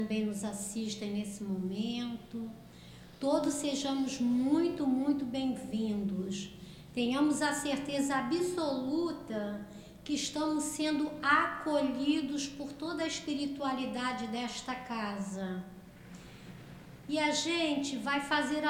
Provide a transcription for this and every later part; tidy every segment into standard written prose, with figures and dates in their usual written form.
também nos assistem nesse momento. Todos sejamos muito, muito bem-vindos. Tenhamos a certeza absoluta que estamos sendo acolhidos por toda a espiritualidade desta casa. E a gente vai fazer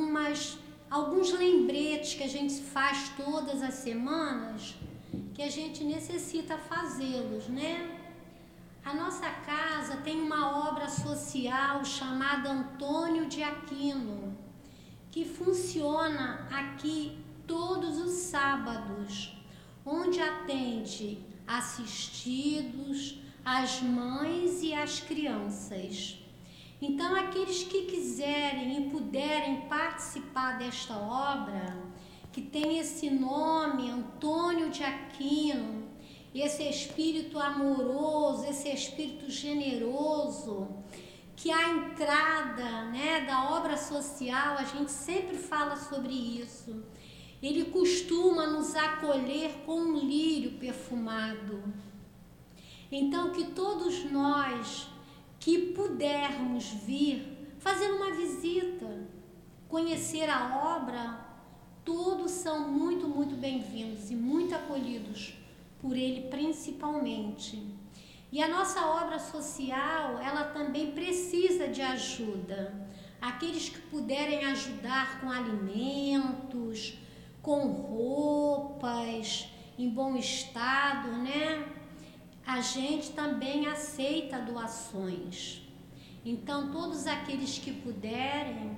alguns lembretes que a gente faz todas as semanas, que a gente necessita fazê-los, né? A nossa casa tem uma obra social chamada Antônio de Aquino, que funciona aqui todos os sábados, onde atende assistidos, as mães e as crianças. Então, aqueles que quiserem e puderem participar desta obra, que tem esse nome, Antônio de Aquino, esse espírito amoroso, esse espírito generoso, que a entrada, né, da obra social, a gente sempre fala sobre isso. Ele costuma nos acolher com um lírio perfumado. Então, que todos nós que pudermos vir fazer uma visita, conhecer a obra, todos são muito, muito bem-vindos e muito acolhidos por ele principalmente. E a nossa obra social, ela também precisa de ajuda. Aqueles que puderem ajudar com alimentos, com roupas em bom estado, né? A gente também aceita doações. Então, todos aqueles que puderem,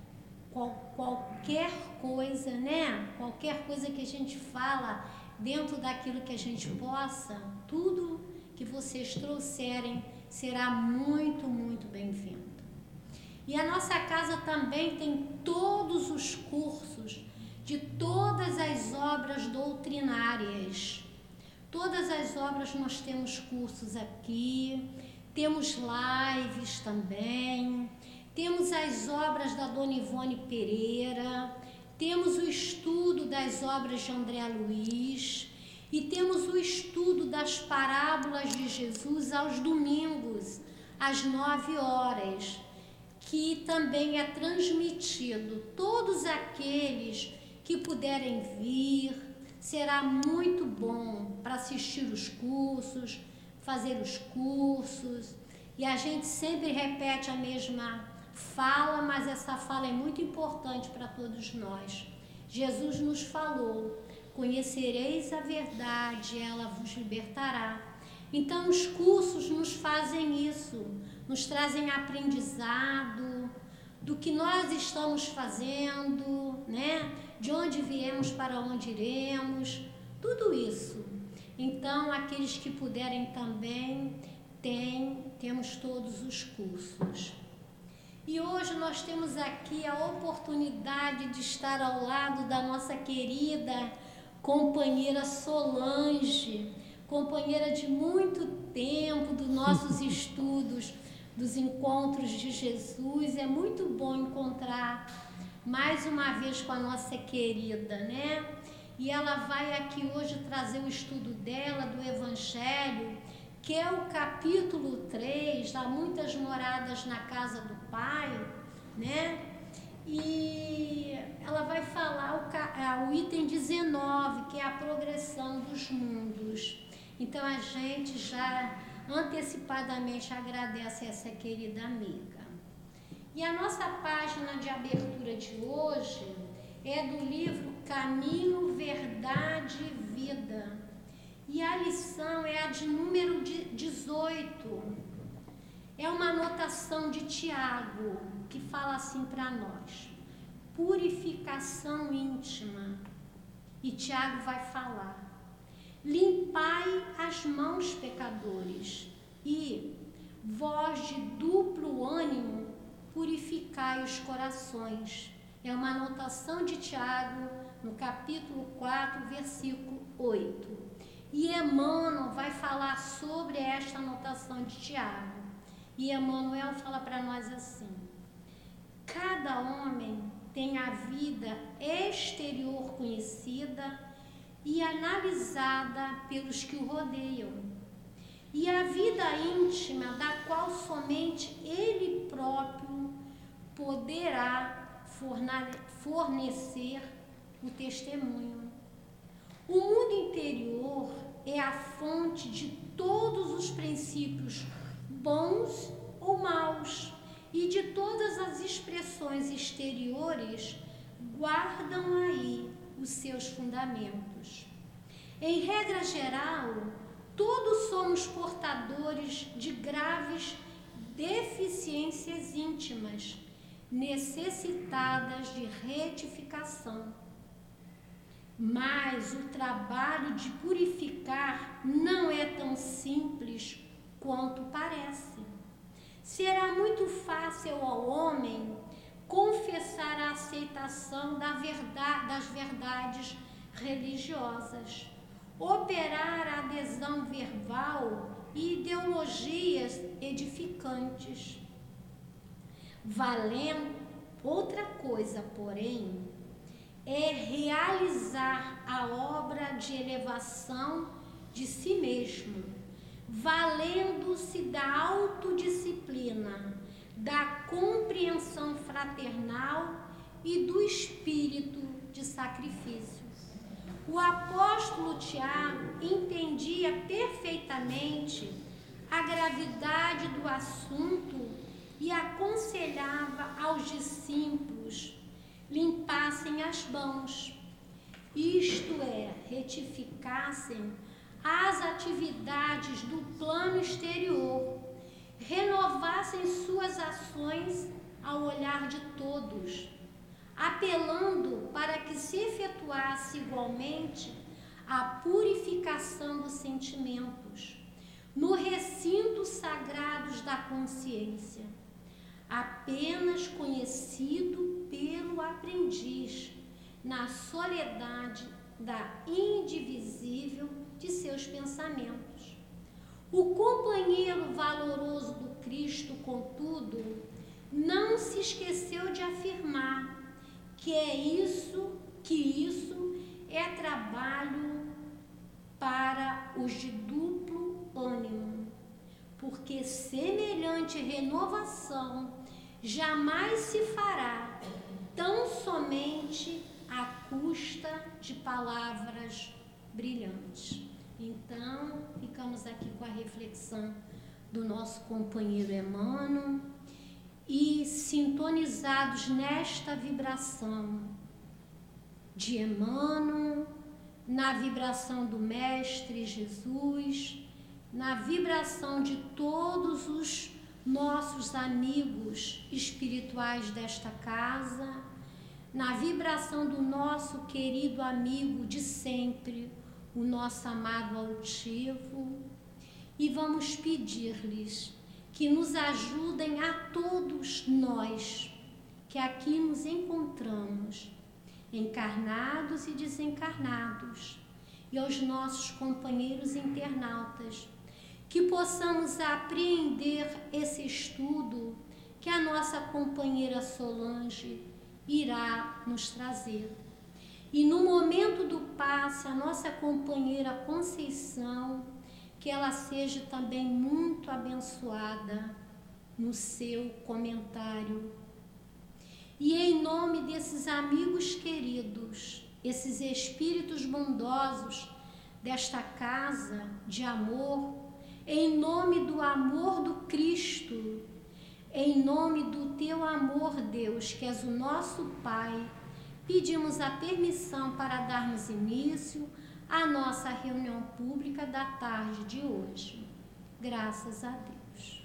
qualquer coisa, né? Qualquer coisa que a gente fala dentro daquilo que a gente possa, tudo que vocês trouxerem será muito, muito bem-vindo. E a nossa casa também tem todos os cursos de todas as obras doutrinárias. Todas as obras nós temos cursos aqui, temos lives também, temos as obras da Dona Ivone Pereira, temos o estudo das obras de André Luiz e temos o estudo das parábolas de Jesus aos domingos, às 9 horas, que também é transmitido. Todos aqueles que puderem vir, será muito bom para assistir os cursos, fazer os cursos. E a gente sempre repete a mesma fala, mas essa fala é muito importante para todos nós. Jesus nos falou: conhecereis a verdade, ela vos libertará. Então os cursos nos fazem isso, nos trazem aprendizado do que nós estamos fazendo, né? De onde viemos, para onde iremos, tudo isso. Então, aqueles que puderem também, temos todos os cursos. E hoje nós temos aqui a oportunidade de estar ao lado da nossa querida companheira Solange, companheira de muito tempo dos nossos estudos, dos encontros de Jesus. É muito bom encontrar mais uma vez com a nossa querida, né? E ela vai aqui hoje trazer o estudo dela, do Evangelho, que é o capítulo 3, dá muitas moradas na casa do Pai, né? E ela vai falar o item 19, que é a progressão dos mundos. Então a gente já antecipadamente agradece a essa querida amiga. E a nossa página de abertura de hoje é do livro Caminho, Verdade e Vida. E a lição é a de número 18. É uma anotação de Tiago, que fala assim para nós: purificação íntima. E Tiago vai falar: limpai as mãos, pecadores, e vós de duplo ânimo, purificai os corações. É uma anotação de Tiago, no capítulo 4, versículo 8. E Emmanuel vai falar sobre esta anotação de Tiago. E Emmanuel fala para nós assim: cada homem tem a vida exterior conhecida e analisada pelos que o rodeiam. e a vida íntima da qual somente Ele próprio poderá fornecer o testemunho. O mundo interior é a fonte de todos os princípios bons ou maus, e de todas as expressões exteriores guardam aí os seus fundamentos. Em regra geral, todos somos portadores de graves deficiências íntimas, necessitadas de retificação. Mas o trabalho de purificar não é tão simples quanto parece. Será muito fácil ao homem confessar a aceitação das verdades religiosas, operar a adesão verbal e ideologias edificantes. Outra coisa, porém, é realizar a obra de elevação de si mesmo, valendo-se da autodisciplina, da compreensão fraternal e do espírito de sacrifício. O apóstolo Tiago entendia perfeitamente a gravidade do assunto e aconselhava aos discípulos limpassem as mãos, isto é, retificassem as atividades do plano exterior, renovassem suas ações ao olhar de todos, apelando para que se efetuasse igualmente a purificação dos sentimentos no recinto sagrados da consciência, apenas conhecido pelo aprendiz na soledade da indivisível de seus pensamentos. O companheiro valoroso do Cristo, contudo, não se esqueceu de afirmar que isso é trabalho para os de duplo ânimo, porque semelhante renovação jamais se fará tão somente à custa de palavras brilhantes. Então, ficamos aqui com a reflexão do nosso companheiro Emmanuel e sintonizados nesta vibração de Emmanuel, na vibração do Mestre Jesus, na vibração de todos os nossos amigos espirituais desta casa, na vibração do nosso querido amigo de sempre, o nosso amado altivo, e vamos pedir-lhes que nos ajudem a todos nós que aqui nos encontramos, encarnados e desencarnados, e aos nossos companheiros internautas, que possamos apreender esse estudo que a nossa companheira Solange irá nos trazer. E no momento do passe, a nossa companheira Conceição, que ela seja também muito abençoada no seu comentário. E em nome desses amigos queridos, esses espíritos bondosos desta casa de amor, em nome do amor do Cristo, em nome do teu amor, Deus, que és o nosso Pai, pedimos a permissão para darmos início à nossa reunião pública da tarde de hoje. Graças a Deus.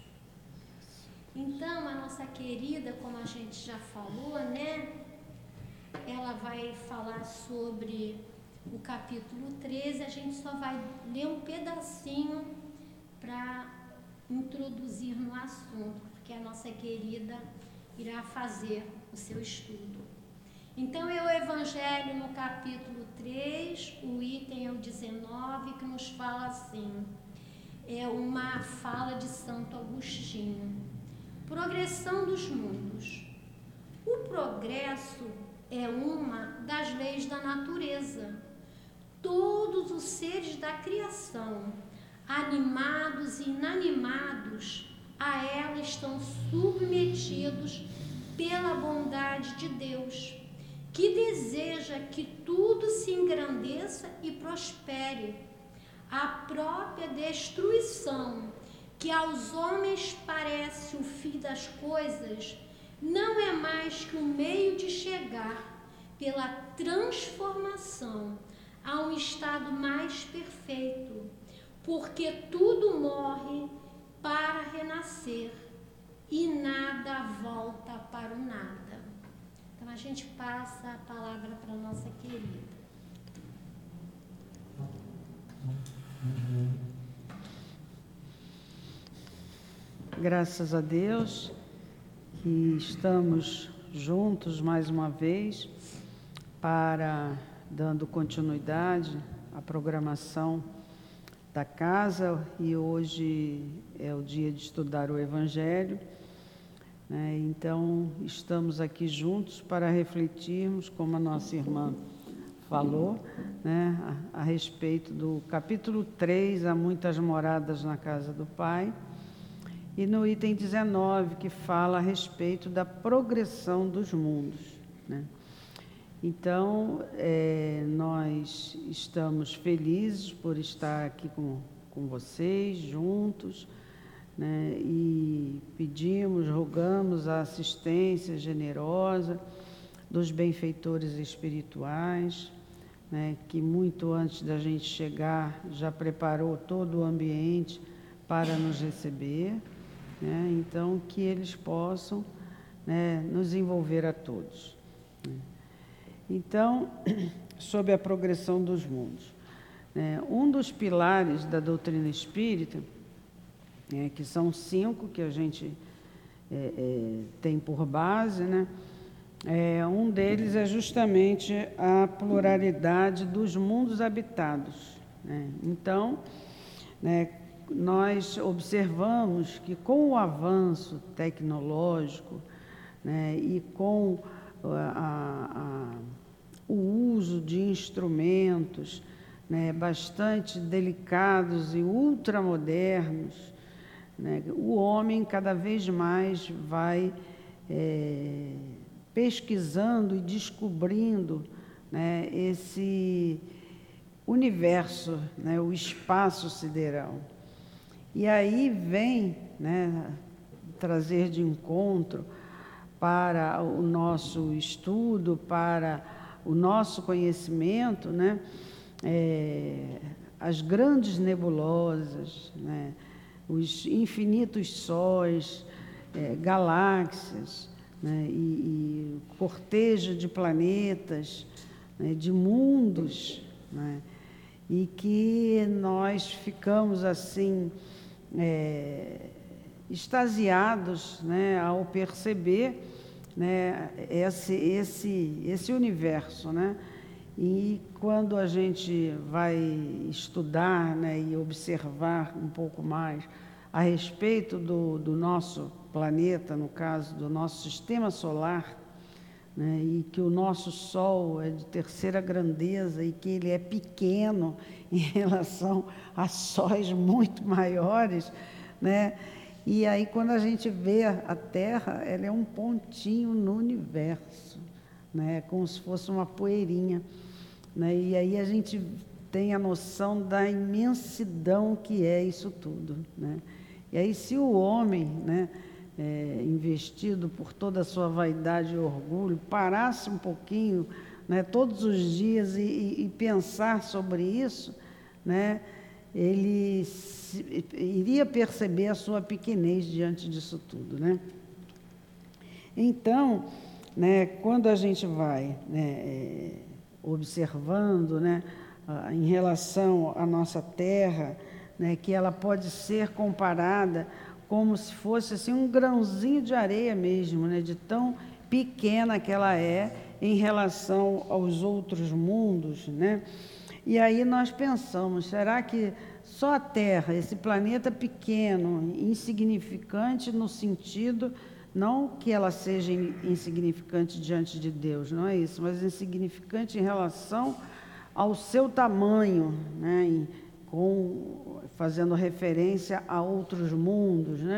Então, a nossa querida, como a gente já falou, né? Ela vai falar sobre o capítulo 13, a gente só vai ler um pedacinho para introduzir no assunto, porque a nossa querida irá fazer o seu estudo. Então, é o Evangelho no capítulo 3, o item é o 19, que nos fala assim, é uma fala de Santo Agostinho. Progressão dos mundos. O progresso é uma das leis da natureza. Todos os seres da criação animados e inanimados, a ela estão submetidos pela bondade de Deus, que deseja que tudo se engrandeça e prospere. A própria destruição, que aos homens parece o fim das coisas, não é mais que um meio de chegar, pela transformação, a um estado mais perfeito, porque tudo morre para renascer e nada volta para o nada. Então a gente passa a palavra para a nossa querida. Graças a Deus que estamos juntos mais uma vez dando continuidade à programação da casa, e hoje é o dia de estudar o Evangelho, né? Então estamos aqui juntos para refletirmos, como a nossa irmã falou, né, a respeito do capítulo 3, há muitas moradas na casa do Pai, e no item 19, que fala a respeito da progressão dos mundos, né? Então, nós estamos felizes por estar aqui com vocês, juntos, né? E pedimos, rogamos a assistência generosa dos benfeitores espirituais, né? Que muito antes da gente chegar já preparou todo o ambiente para nos receber, né? Então, que eles possam, né, nos envolver a todos, né? Então, sobre a progressão dos mundos, né, um dos pilares da doutrina espírita, que são 5 que a gente tem por base, né, um deles é justamente a pluralidade dos mundos habitados, né? Então, né, nós observamos que com o avanço tecnológico, né, e com o uso de instrumentos, né, bastante delicados e ultramodernos, né, o homem cada vez mais vai pesquisando e descobrindo, né, esse universo, né, o espaço sideral. E aí vem, né, trazer de encontro para o nosso estudo, para o nosso conhecimento, né, as grandes nebulosas, né, os infinitos sóis, galáxias, né, e cortejo de planetas, né, de mundos, né, e que nós ficamos assim extasiados, né, ao perceber, né, esse universo, né? E quando a gente vai estudar, né, e observar um pouco mais a respeito do nosso planeta, no caso do nosso sistema solar, né, e que o nosso Sol é de terceira grandeza e que ele é pequeno em relação a sóis muito maiores, né? E aí, quando a gente vê a Terra, ela é um pontinho no universo, né? Como se fosse uma poeirinha, né? E aí a gente tem a noção da imensidão que é isso tudo, né? E aí, se o homem, né, investido por toda a sua vaidade e orgulho, parasse um pouquinho, né, todos os dias e pensar sobre isso, né, ele iria perceber a sua pequenez diante disso tudo, né? Então, né, quando a gente vai, né, observando, né, em relação à nossa Terra, né, que ela pode ser comparada como se fosse assim, um grãozinho de areia mesmo, né, de tão pequena que ela é em relação aos outros mundos, né? E aí nós pensamos, será que só a Terra, esse planeta pequeno, insignificante no sentido, não que ela seja insignificante diante de Deus, não é isso, mas insignificante em relação ao seu tamanho, né, fazendo referência a outros mundos, né?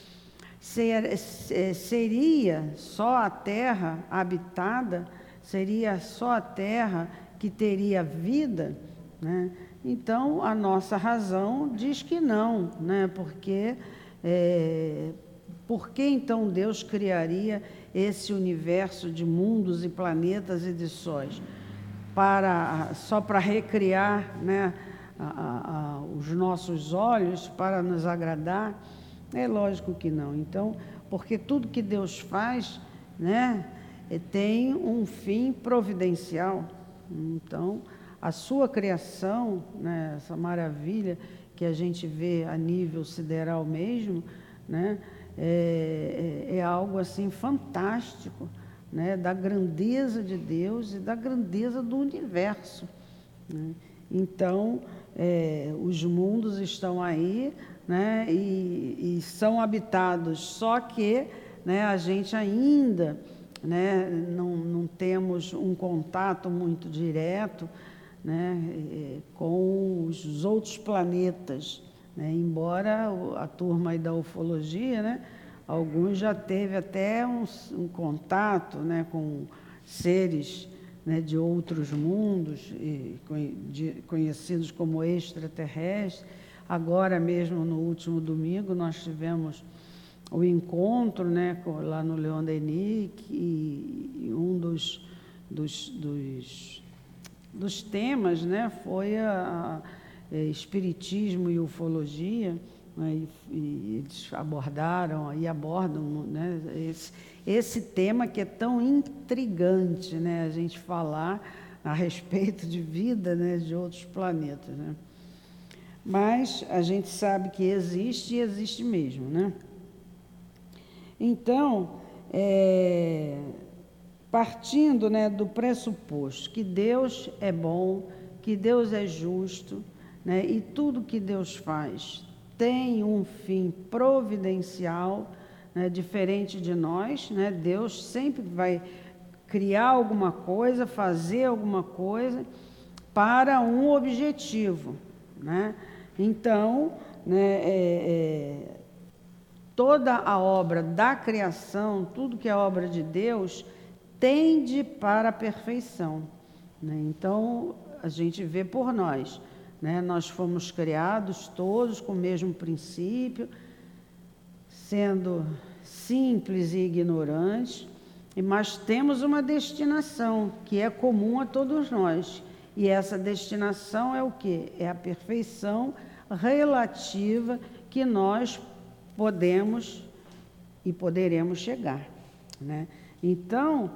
Seria só a Terra habitada, seria só a Terra que teria vida, né? Então, a nossa razão diz que não, né? Porque por que então Deus criaria esse universo de mundos e planetas e de sóis? Só para recriar, né, os nossos olhos, para nos agradar? É lógico que não. Então, porque tudo que Deus faz, né, tem um fim providencial. Então, a sua criação, né, essa maravilha que a gente vê a nível sideral mesmo, né, é algo assim fantástico, né, da grandeza de Deus e da grandeza do universo, né? Então, os mundos estão aí, né, e são habitados, só que, né, a gente ainda, né, não temos um contato muito direto, né, com os outros planetas, né, embora a turma aí da ufologia, né, alguns já teve até um contato, né, com seres, né, de outros mundos, conhecidos como extraterrestres. Agora mesmo, no último domingo, nós tivemos o encontro, né, lá no Leon Denis, e um dos temas, né, foi espiritismo e ufologia, né, e eles abordaram e abordam, né, esse tema que é tão intrigante, né, a gente falar a respeito de vida, né, de outros planetas, né? Mas a gente sabe que existe e existe mesmo, né? Então, partindo, né, do pressuposto que Deus é bom, que Deus é justo, né, e tudo que Deus faz tem um fim providencial, né, diferente de nós, né? Deus sempre vai criar alguma coisa, fazer alguma coisa para um objetivo, né? Então, né, toda a obra da criação, tudo que é obra de Deus, tende para a perfeição, né? Então, a gente vê por nós, né? Nós fomos criados todos com o mesmo princípio, sendo simples e ignorantes, mas temos uma destinação que é comum a todos nós. E essa destinação é o quê? É a perfeição relativa que nós podemos e poderemos chegar, né? Então,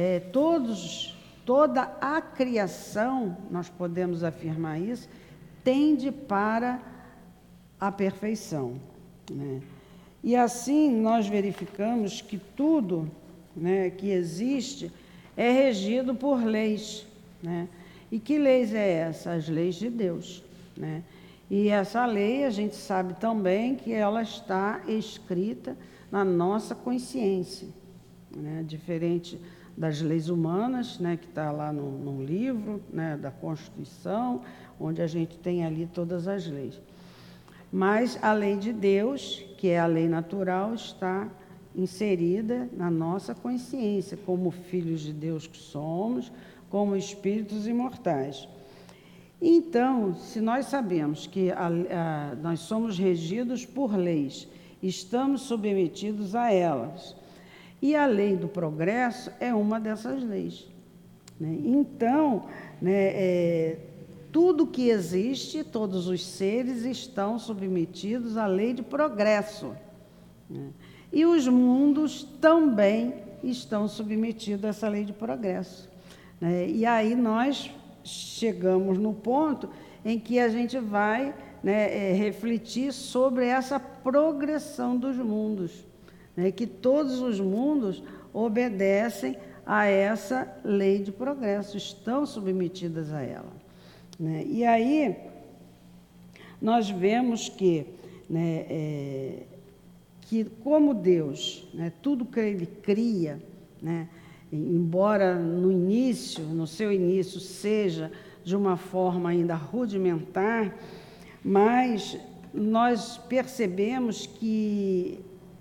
toda a criação, nós podemos afirmar isso, tende para a perfeição, né? E assim nós verificamos que tudo, né, que existe é regido por leis, né? E que leis é essa? As leis de Deus, né? E essa lei, a gente sabe também que ela está escrita na nossa consciência, né? Diferente das leis humanas, né, que está lá no livro, né, da Constituição, onde a gente tem ali todas as leis. Mas a lei de Deus, que é a lei natural, está inserida na nossa consciência, como filhos de Deus que somos, como espíritos imortais. Então, se nós sabemos que nós somos regidos por leis, estamos submetidos a elas, e a lei do progresso é uma dessas leis, né? Então, né, tudo que existe, todos os seres estão submetidos à lei de progresso, né? E os mundos também estão submetidos a essa lei de progresso, né? E aí nós chegamos no ponto em que a gente vai, né, refletir sobre essa progressão dos mundos, né, que todos os mundos obedecem a essa lei de progresso, estão submetidas a ela, né? E aí nós vemos que, né, que como Deus, né, tudo que Ele cria, né, embora no seu início seja de uma forma ainda rudimentar, Mas nós percebemos que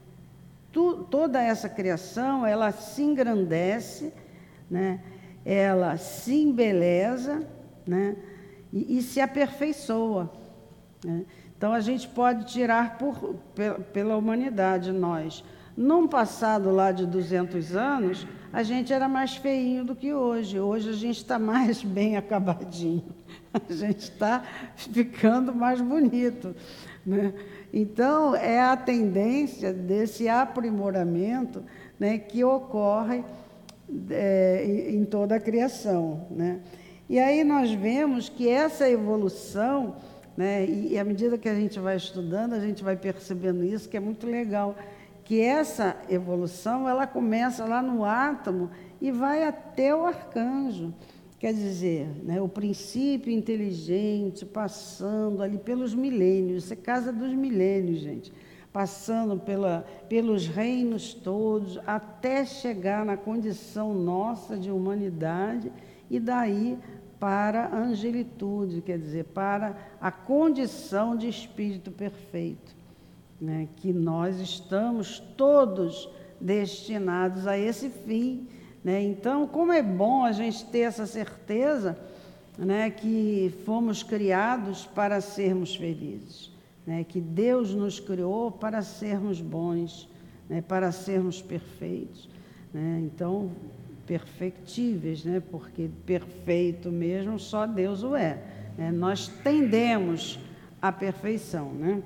toda essa criação, ela se engrandece, né? Ela se embeleza, né? E se aperfeiçoa, né? Então, a gente pode tirar pela humanidade, nós. Num passado lá de 200 anos, a gente era mais feinho do que hoje. Hoje a gente está mais bem acabadinho. A gente está ficando mais bonito, né? Então, é a tendência desse aprimoramento, né, que ocorre em toda a criação, né? E aí nós vemos que essa evolução, né, e à medida que a gente vai estudando, a gente vai percebendo isso, que é muito legal, que essa evolução, ela começa lá no átomo e vai até o arcanjo. Quer dizer, né, o princípio inteligente, passando ali pelos milênios, isso é casa dos milênios, gente, passando pelos reinos todos, até chegar na condição nossa de humanidade, e daí para a angelitude, quer dizer, para a condição de espírito perfeito, né, que nós estamos todos destinados a esse fim, né? Então, como é bom a gente ter essa certeza, né, que fomos criados para sermos felizes, né, que Deus nos criou para sermos bons, né, para sermos perfeitos, né? Então, perfectíveis, né, porque perfeito mesmo só Deus o é, né? Nós tendemos à perfeição, né?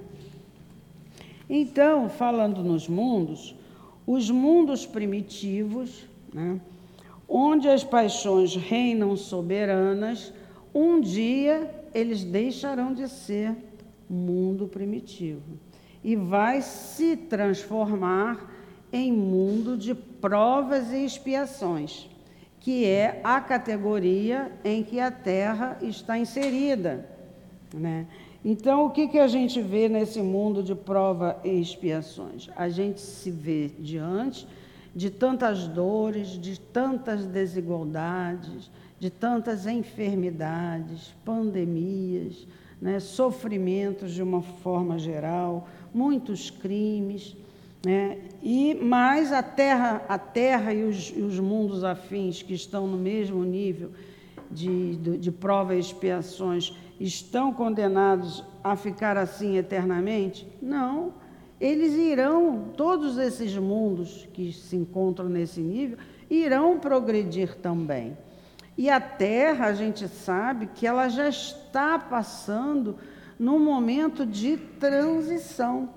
Então, falando nos mundos, os mundos primitivos, né, onde as paixões reinam soberanas, um dia eles deixarão de ser mundo primitivo e vai se transformar em mundo de provas e expiações, que é a categoria em que a Terra está inserida, né? Então, o que a gente vê nesse mundo de prova e expiações? A gente se vê diante de tantas dores, de tantas desigualdades, de tantas enfermidades, pandemias, né, sofrimentos de uma forma geral, muitos crimes, né, e mais a terra e os mundos afins que estão no mesmo nível de prova e expiações estão condenados a ficar assim eternamente? Não. Eles irão, todos esses mundos que se encontram nesse nível, irão progredir também. E a Terra, a gente sabe que ela já está passando num momento de transição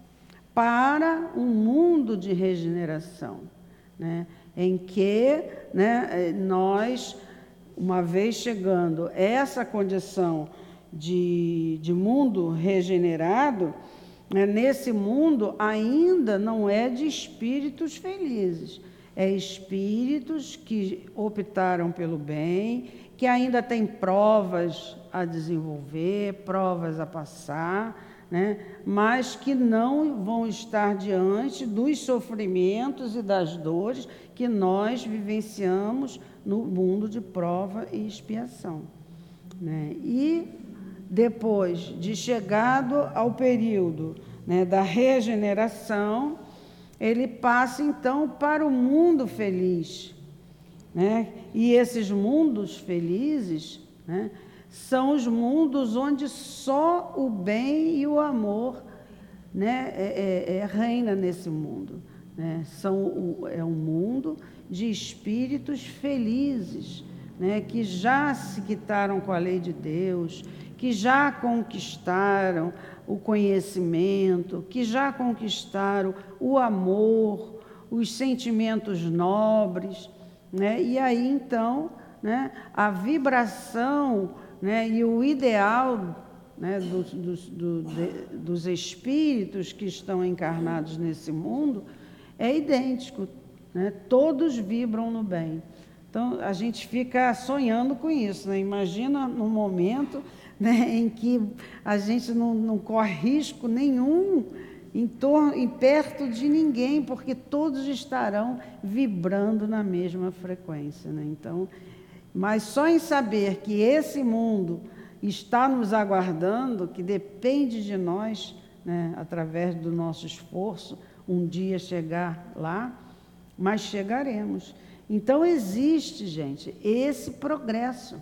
para um mundo de regeneração, né, em que, né, nós, uma vez chegando a essa condição de mundo regenerado, nesse mundo ainda não é de espíritos felizes, é espíritos que optaram pelo bem, que ainda têm provas a desenvolver, provas a passar, né, mas que não vão estar diante dos sofrimentos e das dores que nós vivenciamos no mundo de prova e expiação, né? E depois de chegado ao período, né, da regeneração, ele passa então para o mundo feliz, né? E esses mundos felizes, né, são os mundos onde só o bem e o amor, né, reina nesse mundo, né? É um mundo de espíritos felizes, né, que já se quitaram com a lei de Deus, que já conquistaram o conhecimento, que já conquistaram o amor, os sentimentos nobres, né? E aí, então, né, a vibração, né, e o ideal, né, dos espíritos que estão encarnados nesse mundo é idêntico, né? Todos vibram no bem. Então, a gente fica sonhando com isso, né? Imagina num momento, né, em que a gente não corre risco nenhum em perto de ninguém, porque todos estarão vibrando na mesma frequência, né? Então, mas só em saber que esse mundo, está nos aguardando, que depende de nós, né, através do nosso esforço, um dia chegar lá, mas chegaremos. Então existe, gente, esse progresso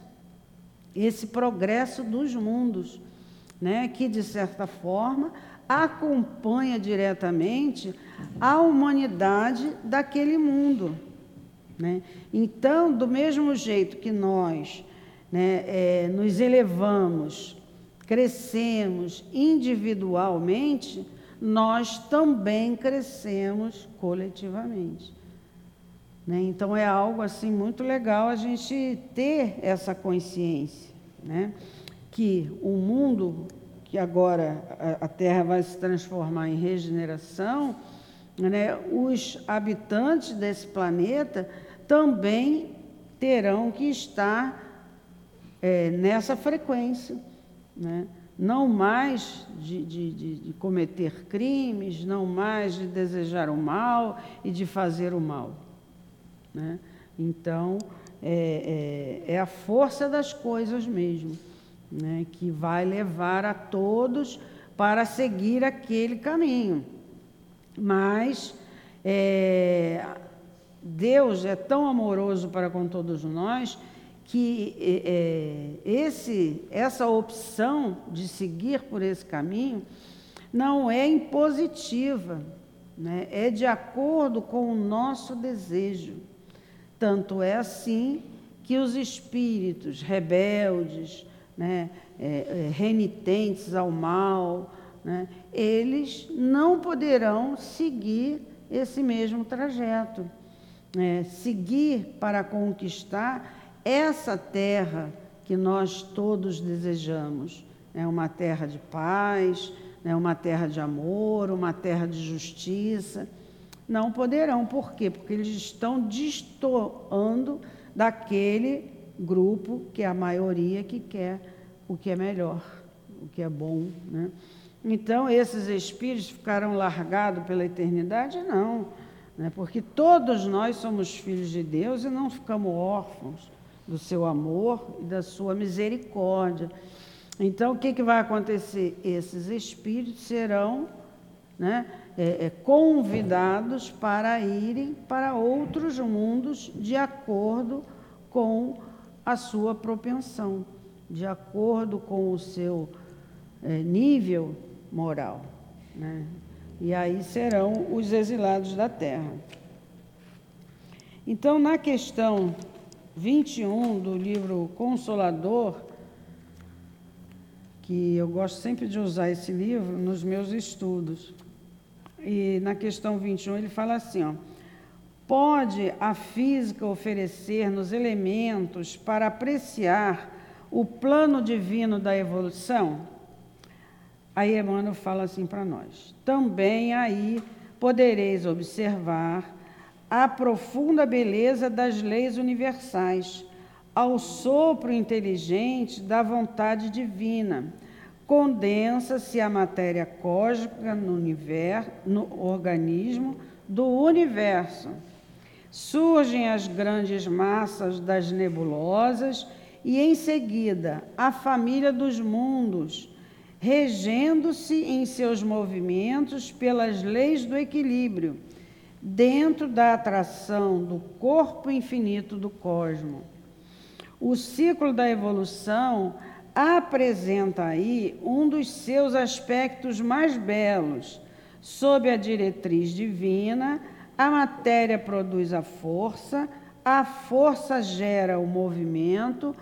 dos mundos, né, que de certa forma acompanha diretamente a humanidade daquele mundo, né? Então, do mesmo jeito que nós, né, nos elevamos, crescemos individualmente, nós também crescemos coletivamente, né? Então é algo assim muito legal a gente ter essa consciência, né? Que o mundo, que agora a Terra vai se transformar em regeneração, né? Os habitantes desse planeta também terão que estar nessa frequência, né? Não mais de cometer crimes, não mais de desejar o mal e de fazer o mal, né? Então, é a força das coisas mesmo, né, que vai levar a todos para seguir aquele caminho. Mas Deus é tão amoroso para com todos nós que essa opção de seguir por esse caminho não é impositiva, né? É de acordo com o nosso desejo. Tanto é assim que os espíritos rebeldes, né, renitentes ao mal, né, eles não poderão seguir esse mesmo trajeto, né, seguir para conquistar essa terra que nós todos desejamos, né, uma terra de paz, né, uma terra de amor, uma terra de justiça. Não poderão. Por quê? Porque eles estão destoando daquele grupo que é a maioria que quer o que é melhor, o que é bom, né? Então, esses espíritos ficarão largados pela eternidade? Não, né? Porque todos nós somos filhos de Deus e não ficamos órfãos do seu amor e da sua misericórdia. Então, o que vai acontecer? Esses espíritos serão, né, convidados para irem para outros mundos de acordo com a sua propensão, de acordo com o seu nível moral, né? E aí serão os exilados da terra. Então, na questão 21 do livro Consolador, que eu gosto sempre de usar esse livro nos meus estudos, e na questão 21 ele fala assim, ó: pode a física oferecer-nos elementos para apreciar o plano divino da evolução? Aí Emmanuel fala assim para nós: também aí podereis observar a profunda beleza das leis universais, ao sopro inteligente da vontade divina. Condensa-se a matéria cósmica no organismo do universo. Surgem as grandes massas das nebulosas e, em seguida, a família dos mundos, regendo-se em seus movimentos pelas leis do equilíbrio, dentro da atração do corpo infinito do cosmos. O ciclo da evolução apresenta aí um dos seus aspectos mais belos. Sob a diretriz divina, a matéria produz a força gera o movimento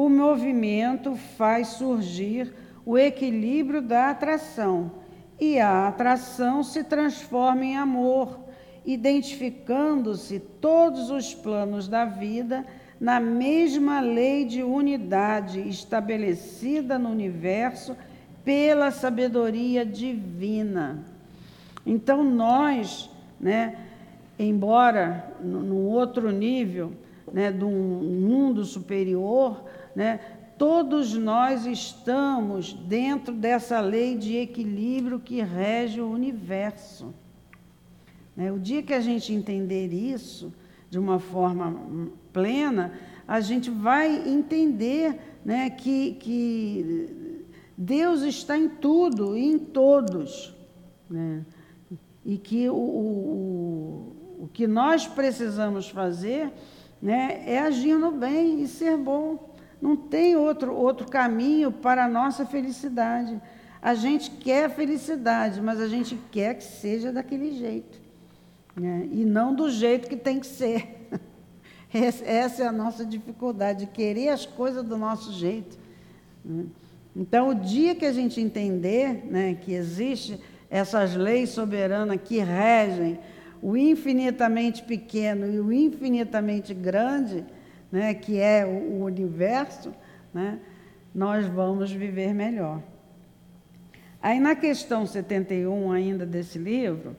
faz surgir o equilíbrio da atração, e a atração se transforma em amor, identificando-se todos os planos da vida na mesma lei de unidade estabelecida no universo pela sabedoria divina. Então nós, né, embora num outro nível, né, de um mundo superior, né, todos nós estamos dentro dessa lei de equilíbrio que rege o universo. O dia que a gente entender isso, de uma forma plena, a gente vai entender, né, que Deus está em tudo e em todos, né? E que o que nós precisamos fazer, né, é agir no bem e ser bom. Não tem outro caminho para a nossa felicidade. A gente quer felicidade, mas a gente quer que seja daquele jeito, né? E não do jeito que tem que ser. Essa é a nossa dificuldade, de querer as coisas do nosso jeito, né? Então, o dia que a gente entender, né, que existe essas leis soberanas que regem o infinitamente pequeno e o infinitamente grande, né, que é o universo, né, nós vamos viver melhor. Aí, na questão 71 ainda desse livro,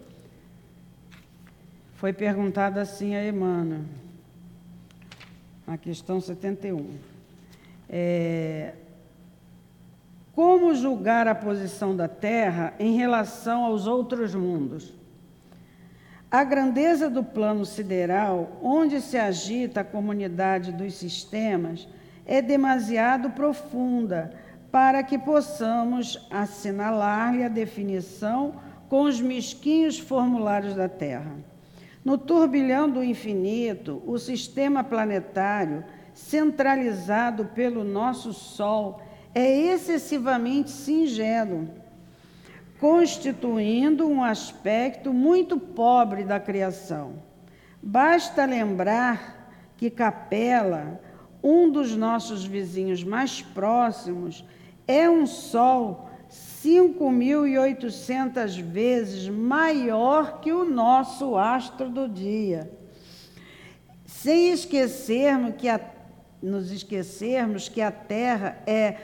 foi perguntado assim a Emmanuel, na questão 71, como julgar a posição da Terra em relação aos outros mundos? A grandeza do plano sideral, onde se agita a comunidade dos sistemas, é demasiado profunda para que possamos assinalar-lhe a definição com os mesquinhos formulários da Terra. No turbilhão do infinito, o sistema planetário, centralizado pelo nosso Sol, é excessivamente singelo, constituindo um aspecto muito pobre da criação. Basta lembrar que Capela, um dos nossos vizinhos mais próximos, é um Sol 5.800 vezes maior que o nosso astro do dia. Sem nos esquecermos que a Terra é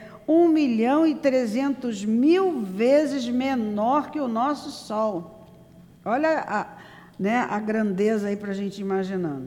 1.300.000 vezes menor que o nosso Sol. Olha a grandeza aí para a gente imaginando.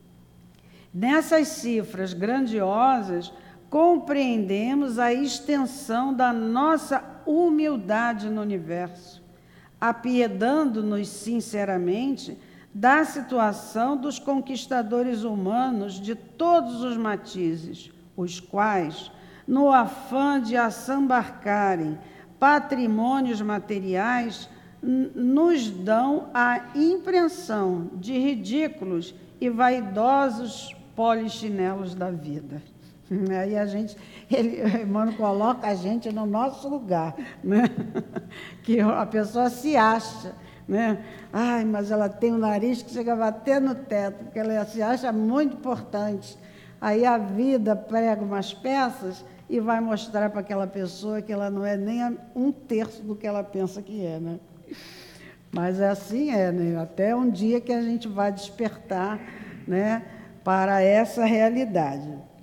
Nessas cifras grandiosas, compreendemos a extensão da nossa humildade no universo, apiedando-nos sinceramente da situação dos conquistadores humanos de todos os matizes, os quais, no afã de assambarcarem patrimônios materiais, nos dão a impressão de ridículos e vaidosos polichinelos da vida. Aí Emmanuel coloca a gente no nosso lugar, né? Que a pessoa se acha, né? Ai, mas ela tem um nariz que chega a bater no teto, porque ela se acha muito importante. Aí a vida prega umas peças e vai mostrar para aquela pessoa que ela não é nem 1/3 do que ela pensa que é, né? Mas assim né? Até um dia que a gente vai despertar, né, para essa realidade.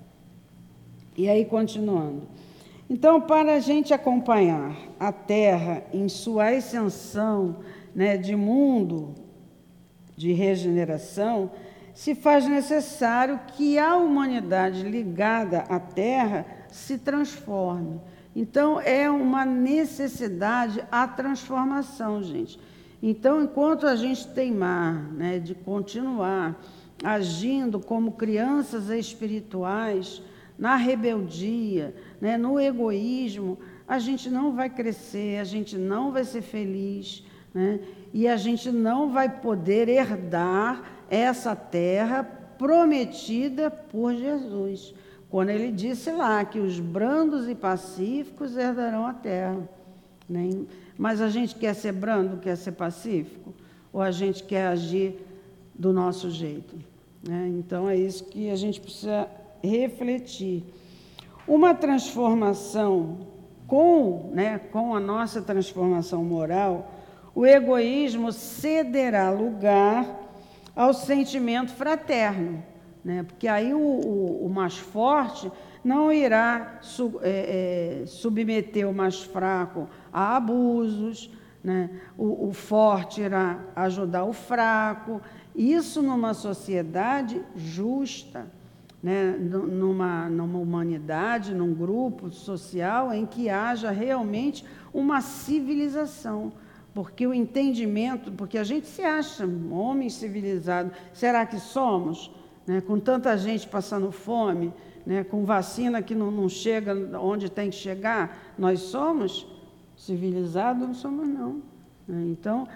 E aí, continuando. Então, para a gente acompanhar a Terra em sua ascensão, né, de mundo de regeneração, se faz necessário que a humanidade ligada à Terra se transforme. Então, é uma necessidade a transformação, gente. Então, enquanto a gente teimar, né, de continuar agindo como crianças espirituais, na rebeldia, né, no egoísmo, a gente não vai crescer, a gente não vai ser feliz, né, e a gente não vai poder herdar essa terra prometida por Jesus, quando ele disse lá que os brandos e pacíficos herdarão a terra, né? Mas a gente quer ser brando, quer ser pacífico, ou a gente quer agir do nosso jeito, né? Então é isso que a gente precisa refletir. Uma transformação com a nossa transformação moral, o egoísmo cederá lugar ao sentimento fraterno, né? Porque aí o mais forte não irá submeter o mais fraco a abusos, né? O forte irá ajudar o fraco. Isso numa sociedade justa, né? numa humanidade, num grupo social em que haja realmente uma civilização. porque o entendimento, porque a gente se acha homem civilizado, será que somos? Né? Com tanta gente passando fome, né? Com vacina que não chega onde tem que chegar, nós somos civilizados? Não somos, não. Né? Então,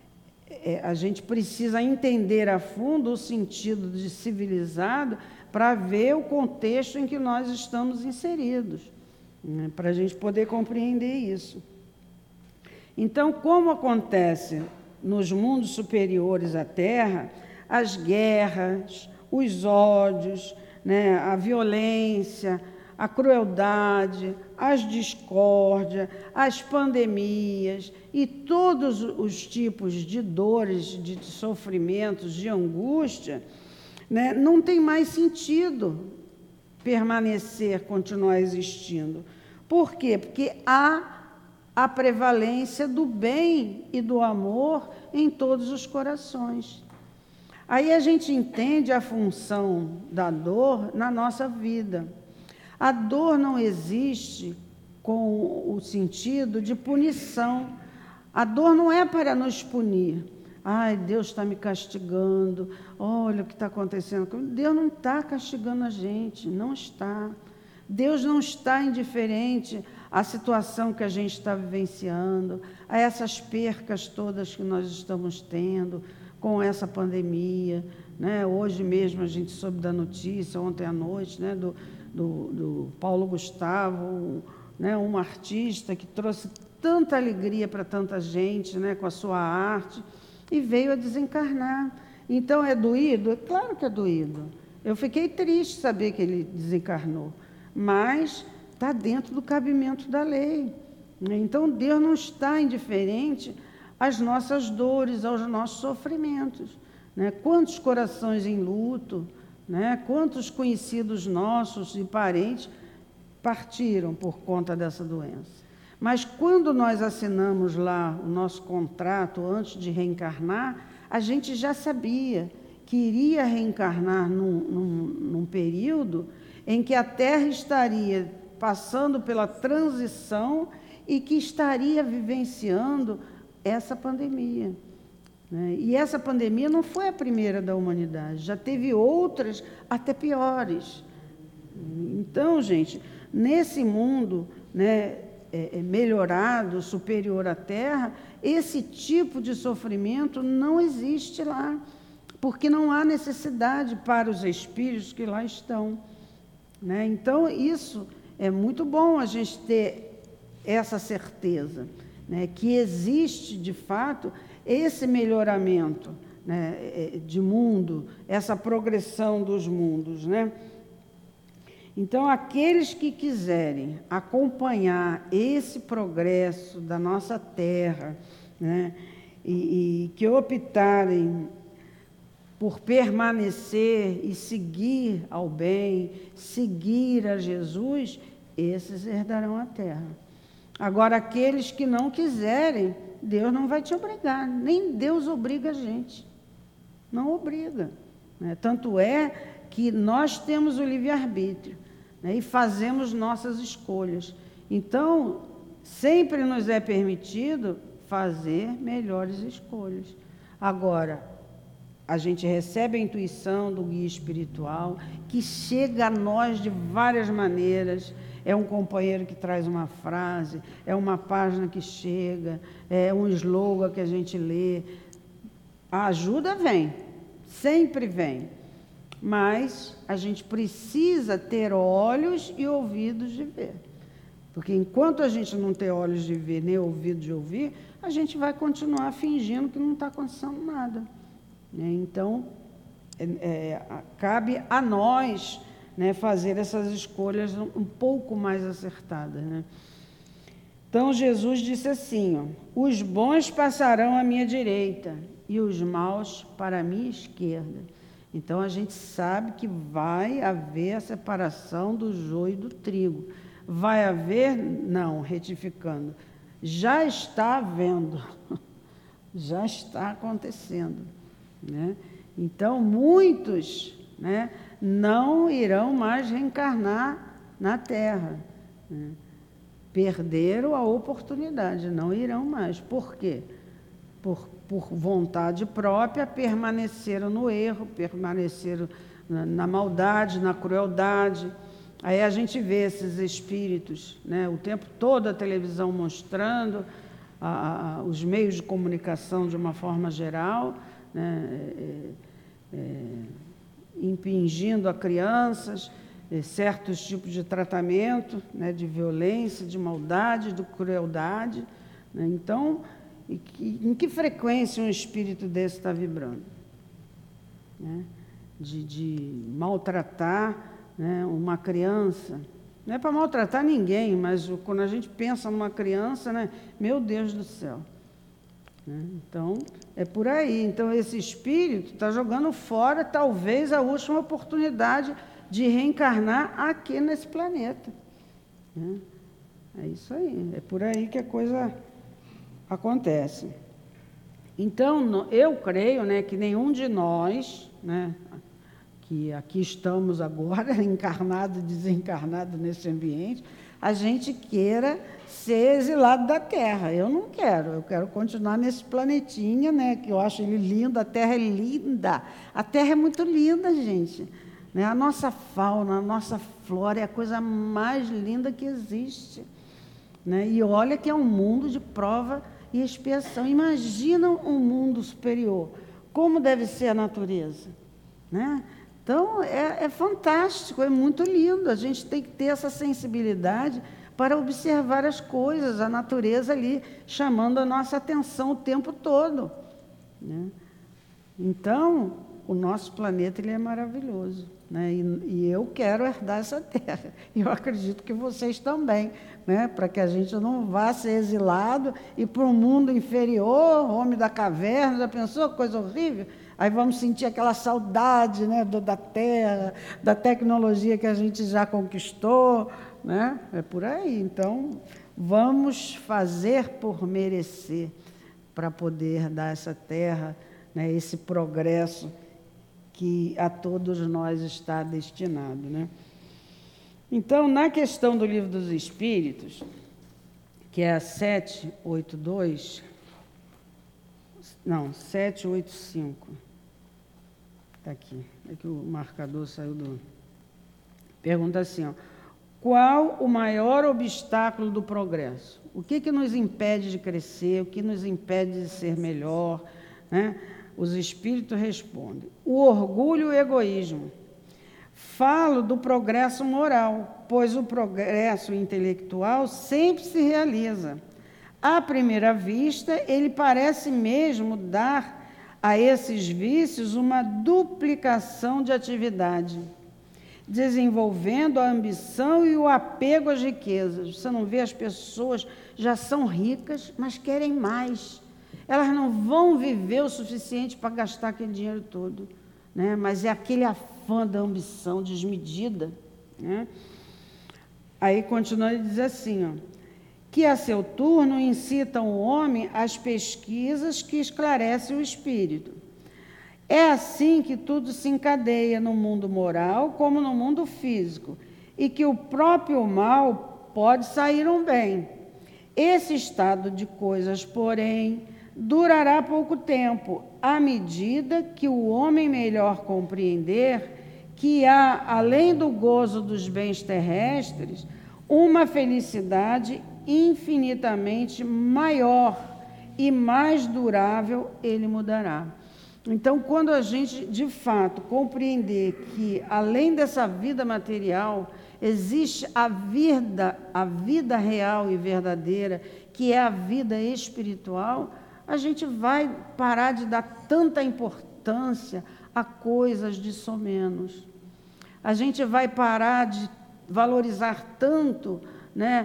a gente precisa entender a fundo o sentido de civilizado para ver o contexto em que nós estamos inseridos, né? Para a gente poder compreender isso. Então, como acontece nos mundos superiores à Terra, as guerras, os ódios, né, a violência, a crueldade, as discórdias, as pandemias e todos os tipos de dores, de sofrimentos, de angústia, né, não tem mais sentido continuar existindo. Por quê? Porque há a prevalência do bem e do amor em todos os corações. Aí a gente entende a função da dor na nossa vida. A dor não existe com o sentido de punição. A dor não é para nos punir. Ai, Deus está me castigando, olha o que está acontecendo. Deus não está castigando a gente, não está. Deus não está indiferente à situação que a gente está vivenciando, a essas percas todas que nós estamos tendo com essa pandemia, né? Hoje mesmo a gente soube da notícia, ontem à noite, né? do Paulo Gustavo, né? Um artista que trouxe tanta alegria para tanta gente, né? Com a sua arte, e veio a desencarnar. Então, é doído? Claro que é doído. Eu fiquei triste saber que ele desencarnou, mas está dentro do cabimento da lei. Então, Deus não está indiferente às nossas dores, aos nossos sofrimentos. Né? Quantos corações em luto, né? Quantos conhecidos nossos e parentes partiram por conta dessa doença. Mas quando nós assinamos lá o nosso contrato antes de reencarnar, a gente já sabia que iria reencarnar num período em que a Terra estaria passando pela transição e que estaria vivenciando essa pandemia. Né? E essa pandemia não foi a primeira da humanidade, já teve outras até piores. Então, gente, nesse mundo, né, melhorado, superior à Terra, esse tipo de sofrimento não existe lá, porque não há necessidade para os espíritos que lá estão. Né? Então, isso é muito bom a gente ter essa certeza, né, que existe, de fato, esse melhoramento, né, de mundo, essa progressão dos mundos. Né? Então, aqueles que quiserem acompanhar esse progresso da nossa Terra, né, e que optarem por permanecer e seguir ao bem, seguir a Jesus, esses herdarão a terra. Agora, aqueles que não quiserem, Deus não vai te obrigar, nem Deus obriga a gente. Não obriga. Né? Tanto é que nós temos o livre-arbítrio, né, e fazemos nossas escolhas. Então, sempre nos é permitido fazer melhores escolhas. Agora, a gente recebe a intuição do guia espiritual, que chega a nós de várias maneiras. É um companheiro que traz uma frase, é uma página que chega, é um slogan que a gente lê. A ajuda vem, sempre vem. Mas a gente precisa ter olhos e ouvidos de ver. Porque enquanto a gente não ter olhos de ver, nem ouvidos de ouvir, a gente vai continuar fingindo que não está acontecendo nada. Então, cabe a nós, né, fazer essas escolhas um pouco mais acertadas. Né? Então, Jesus disse assim, ó, os bons passarão à minha direita e os maus para a minha esquerda. Então, a gente sabe que vai haver a separação do joio e do trigo. Vai haver? Não, retificando. Já está havendo, já está acontecendo. Né? Então, muitos, né, não irão mais reencarnar na Terra. Né? Perderam a oportunidade, não irão mais. Por quê? por vontade própria, permaneceram no erro, permaneceram na maldade, na crueldade. Aí a gente vê esses espíritos, né, o tempo todo a televisão mostrando, os meios de comunicação de uma forma geral, né, impingindo a crianças certos tipos de tratamento, né, de violência, de maldade, de crueldade. Né? Então, em que frequência um espírito desse está vibrando? Né? De maltratar, né, uma criança. Não é para maltratar ninguém, mas quando a gente pensa numa criança, né, meu Deus do céu. Né? Então, é por aí. Então, esse espírito está jogando fora, talvez, a última oportunidade de reencarnar aqui nesse planeta. Né? É isso aí. É por aí que a coisa acontece. Então, eu creio, né, que nenhum de nós, né, que aqui estamos agora, encarnado e desencarnado nesse ambiente, a gente queira ser exilado da Terra. Eu não quero, eu quero continuar nesse planetinha, né, que eu acho ele lindo, a Terra é linda. A Terra é muito linda, gente. Né? A nossa fauna, a nossa flora é a coisa mais linda que existe. Né? E olha que é um mundo de prova e expiação. Imagina um mundo superior. Como deve ser a natureza? Né? Então, é fantástico, é muito lindo. A gente tem que ter essa sensibilidade para observar as coisas, a natureza ali chamando a nossa atenção o tempo todo. Né? Então, o nosso planeta ele é maravilhoso. Né? E eu quero herdar essa terra. E eu acredito que vocês também, né? Para que a gente não vá ser exilado e para um mundo inferior, homem da caverna, já pensou? Coisa horrível. Aí vamos sentir aquela saudade, né, da terra, da tecnologia que a gente já conquistou. Né? É por aí. Então, vamos fazer por merecer para poder dar essa terra, né, esse progresso que a todos nós está destinado. Né? Então, na questão do Livro dos Espíritos, que é a 785, está aqui, é que o marcador saiu do... Pergunta assim, ó, qual o maior obstáculo do progresso? O que nos impede de crescer? O que nos impede de ser melhor? Né? Os espíritos respondem, o orgulho e o egoísmo. Falo do progresso moral, pois o progresso intelectual sempre se realiza. À primeira vista, ele parece mesmo dar a esses vícios uma duplicação de atividade, desenvolvendo a ambição e o apego às riquezas. Você não vê, as pessoas já são ricas, mas querem mais. Elas não vão viver o suficiente para gastar aquele dinheiro todo, né? Mas é aquele afã da ambição desmedida. Né? Aí continua e diz assim, ó, que a seu turno incitam o homem às pesquisas que esclarecem o espírito. É assim que tudo se encadeia no mundo moral como no mundo físico, e que o próprio mal pode sair um bem. Esse estado de coisas, porém, durará pouco tempo, à medida que o homem melhor compreender que há, além do gozo dos bens terrestres, uma felicidade infinitamente maior e mais durável, ele mudará. Então, quando a gente, de fato, compreender que, além dessa vida material, existe a vida real e verdadeira, que é a vida espiritual, a gente vai parar de dar tanta importância a coisas de somenos. A gente vai parar de valorizar tanto, né,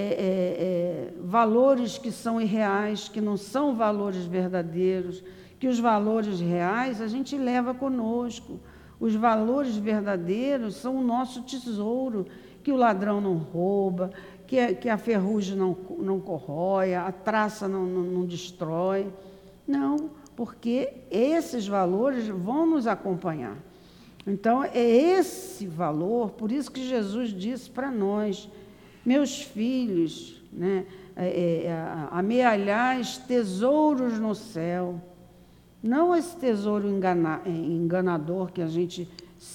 valores que são irreais, que não são valores verdadeiros, que os valores reais a gente leva conosco. Os valores verdadeiros são o nosso tesouro, que o ladrão não rouba, que a ferrugem não corrói, a traça não destrói. Não, porque esses valores vão nos acompanhar. Então, é esse valor, por isso que Jesus disse para nós, meus filhos, né, amealhar tesouros no céu. Não esse tesouro enganador que a gente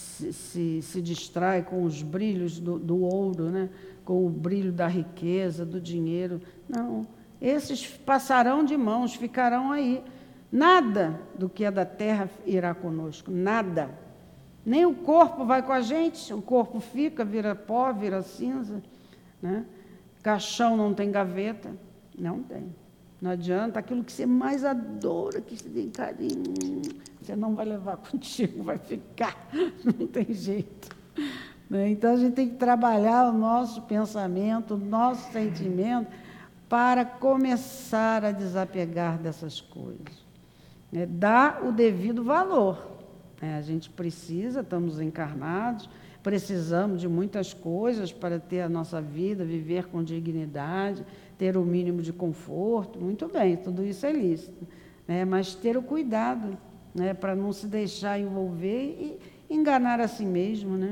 se distrai com os brilhos do ouro, né? Com o brilho da riqueza, do dinheiro. Não, esses passarão de mãos, ficarão aí. Nada do que é da terra irá conosco, nada. Nem o corpo vai com a gente, o corpo fica, vira pó, vira cinza, né? Caixão não tem gaveta, não tem. Não adianta, aquilo que você mais adora, que você tem carinho, você não vai levar contigo, vai ficar, não tem jeito. Então, a gente tem que trabalhar o nosso pensamento, o nosso sentimento, para começar a desapegar dessas coisas. Dar o devido valor. A gente precisa, estamos encarnados, precisamos de muitas coisas para ter a nossa vida, viver com dignidade, ter o mínimo de conforto, muito bem, tudo isso é lícito, né? Mas ter o cuidado, né, para não se deixar envolver e enganar a si mesmo, né?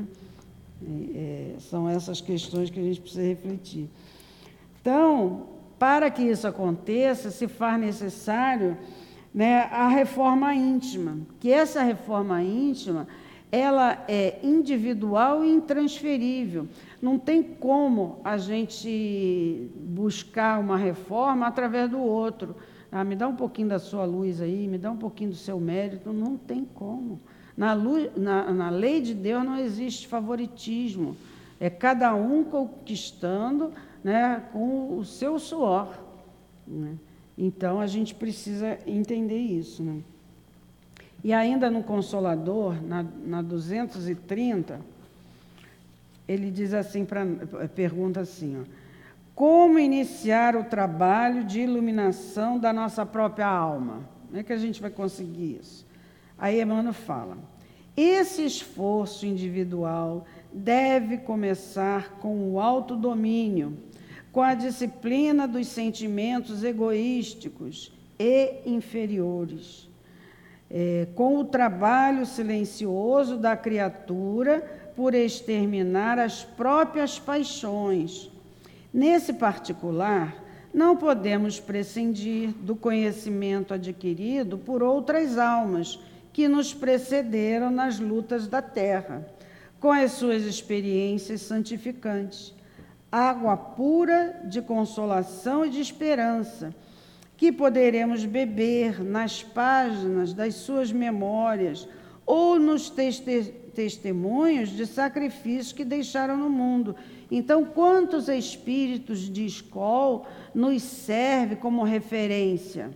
São essas questões que a gente precisa refletir. Então, para que isso aconteça, se faz necessário, né, a reforma íntima, que essa reforma íntima, ela é individual e intransferível. Não tem como a gente buscar uma reforma através do outro. Me dá um pouquinho da sua luz aí, me dá um pouquinho do seu mérito. Não tem como. Na lei de Deus não existe favoritismo. É cada um conquistando, né, com o seu suor, né? Então, a gente precisa entender isso, né? E ainda no Consolador, na 230, ele diz assim, pergunta assim, ó, como iniciar o trabalho de iluminação da nossa própria alma? Como é que a gente vai conseguir isso? Aí Emmanuel fala, esse esforço individual deve começar com o autodomínio, com a disciplina dos sentimentos egoísticos e inferiores, com o trabalho silencioso da criatura por exterminar as próprias paixões. Nesse particular, não podemos prescindir do conhecimento adquirido por outras almas que nos precederam nas lutas da terra, com as suas experiências santificantes, água pura de consolação e de esperança, que poderemos beber nas páginas das suas memórias ou nos testemunhos de sacrifícios que deixaram no mundo. Então, quantos espíritos de escola nos serve como referência,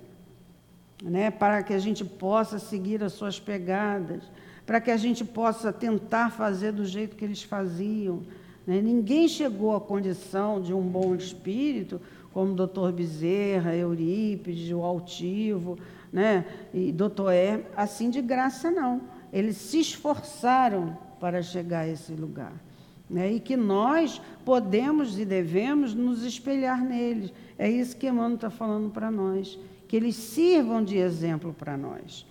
né, para que a gente possa seguir as suas pegadas, para que a gente possa tentar fazer do jeito que eles faziam, né? Ninguém chegou à condição de um bom espírito, como o Dr. Bezerra, Eurípides, o Altivo, né, e Dr. assim de graça não. Eles se esforçaram para chegar a esse lugar, né, e que nós podemos e devemos nos espelhar neles. É isso que Emmanuel está falando para nós, que eles sirvam de exemplo para nós.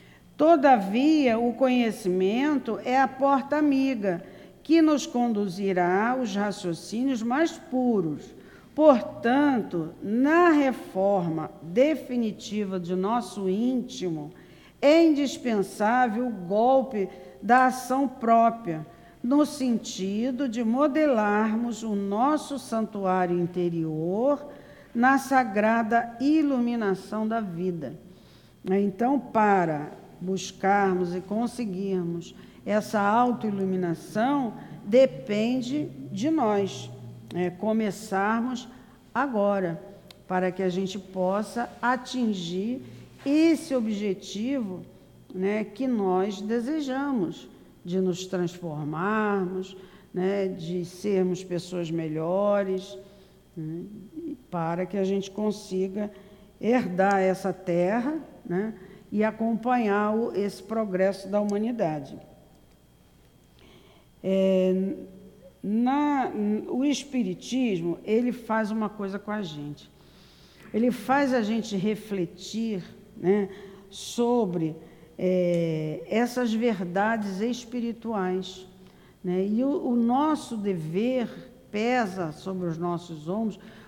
Todavia, o conhecimento é a porta amiga, que nos conduzirá aos raciocínios mais puros. Portanto, na reforma definitiva de nosso íntimo, é indispensável o golpe da ação própria, no sentido de modelarmos o nosso santuário interior na sagrada iluminação da vida. Então, para buscarmos e conseguirmos essa autoiluminação, depende de nós. Começarmos agora, para que a gente possa atingir esse objetivo, né, que nós desejamos, de nos transformarmos, né, de sermos pessoas melhores, né, para que a gente consiga herdar essa terra, né, e acompanhar esse progresso da humanidade. O Espiritismo, ele faz uma coisa com a gente. Ele faz a gente refletir, né, sobre essas verdades espirituais, né? E o nosso dever pesa sobre os nossos ombros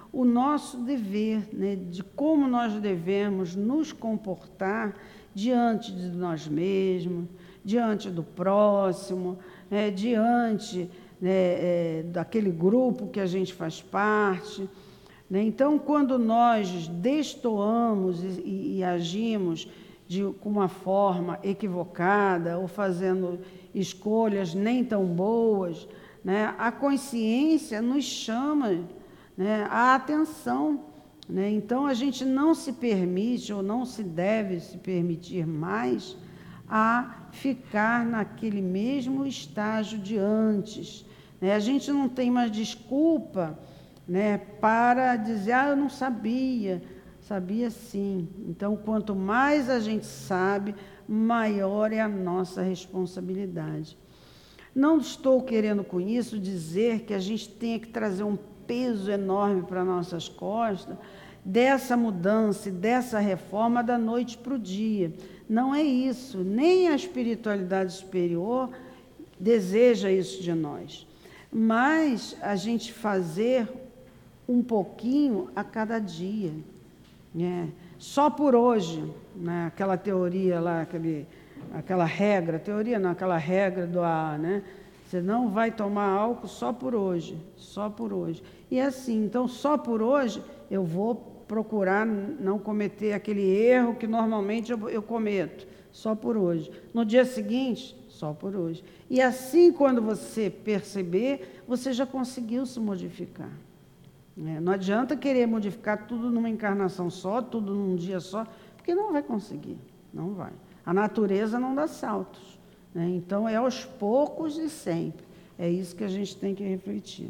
o nosso dever, né, de como nós devemos nos comportar diante de nós mesmos, diante do próximo, diante daquele grupo que a gente faz parte. Né? Então, quando nós destoamos e agimos com uma forma equivocada ou fazendo escolhas nem tão boas, né, a consciência nos chama, né, a atenção. Né? Então, a gente não se permite ou não se deve se permitir mais a ficar naquele mesmo estágio de antes. Né? A gente não tem mais desculpa, né, para dizer, eu não sabia. Sabia sim. Então, quanto mais a gente sabe, maior é a nossa responsabilidade. Não estou querendo com isso dizer que a gente tenha que trazer um peso enorme para nossas costas dessa mudança e dessa reforma da noite para o dia. Não é isso. Nem a espiritualidade superior deseja isso de nós. Mas a gente fazer um pouquinho a cada dia. Só por hoje, né? Aquela teoria lá, aquela regra, teoria não, aquela regra do AA, né? Você não vai tomar álcool só por hoje, só por hoje. E assim, então só por hoje eu vou procurar não cometer aquele erro que normalmente eu cometo, só por hoje. No dia seguinte, só por hoje. E assim, quando você perceber, você já conseguiu se modificar. Não adianta querer modificar tudo numa encarnação só, tudo num dia só, porque não vai conseguir, não vai. A natureza não dá saltos, né? Então é aos poucos e sempre. É isso que a gente tem que refletir.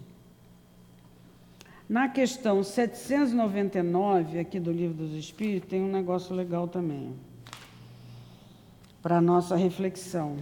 Na questão 799, aqui do Livro dos Espíritos, tem um negócio legal também, para a nossa reflexão.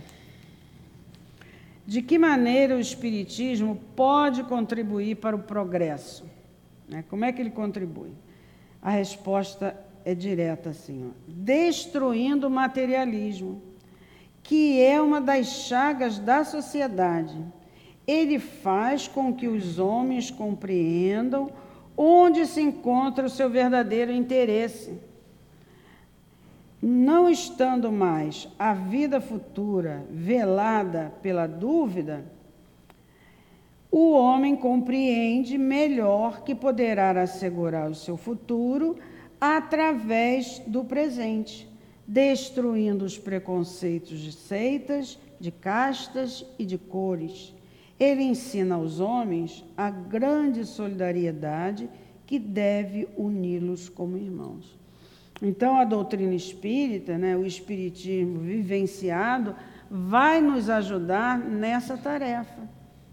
De que maneira o Espiritismo pode contribuir para o progresso? Como é que ele contribui? A resposta é direta assim, destruindo o materialismo, que é uma das chagas da sociedade. Ele faz com que os homens compreendam onde se encontra o seu verdadeiro interesse. Não estando mais a vida futura velada pela dúvida, o homem compreende melhor que poderá assegurar o seu futuro através do presente, destruindo os preconceitos de seitas, de castas e de cores. Ele ensina aos homens a grande solidariedade que deve uni-los como irmãos. Então, a doutrina espírita, o espiritismo vivenciado, vai nos ajudar nessa tarefa.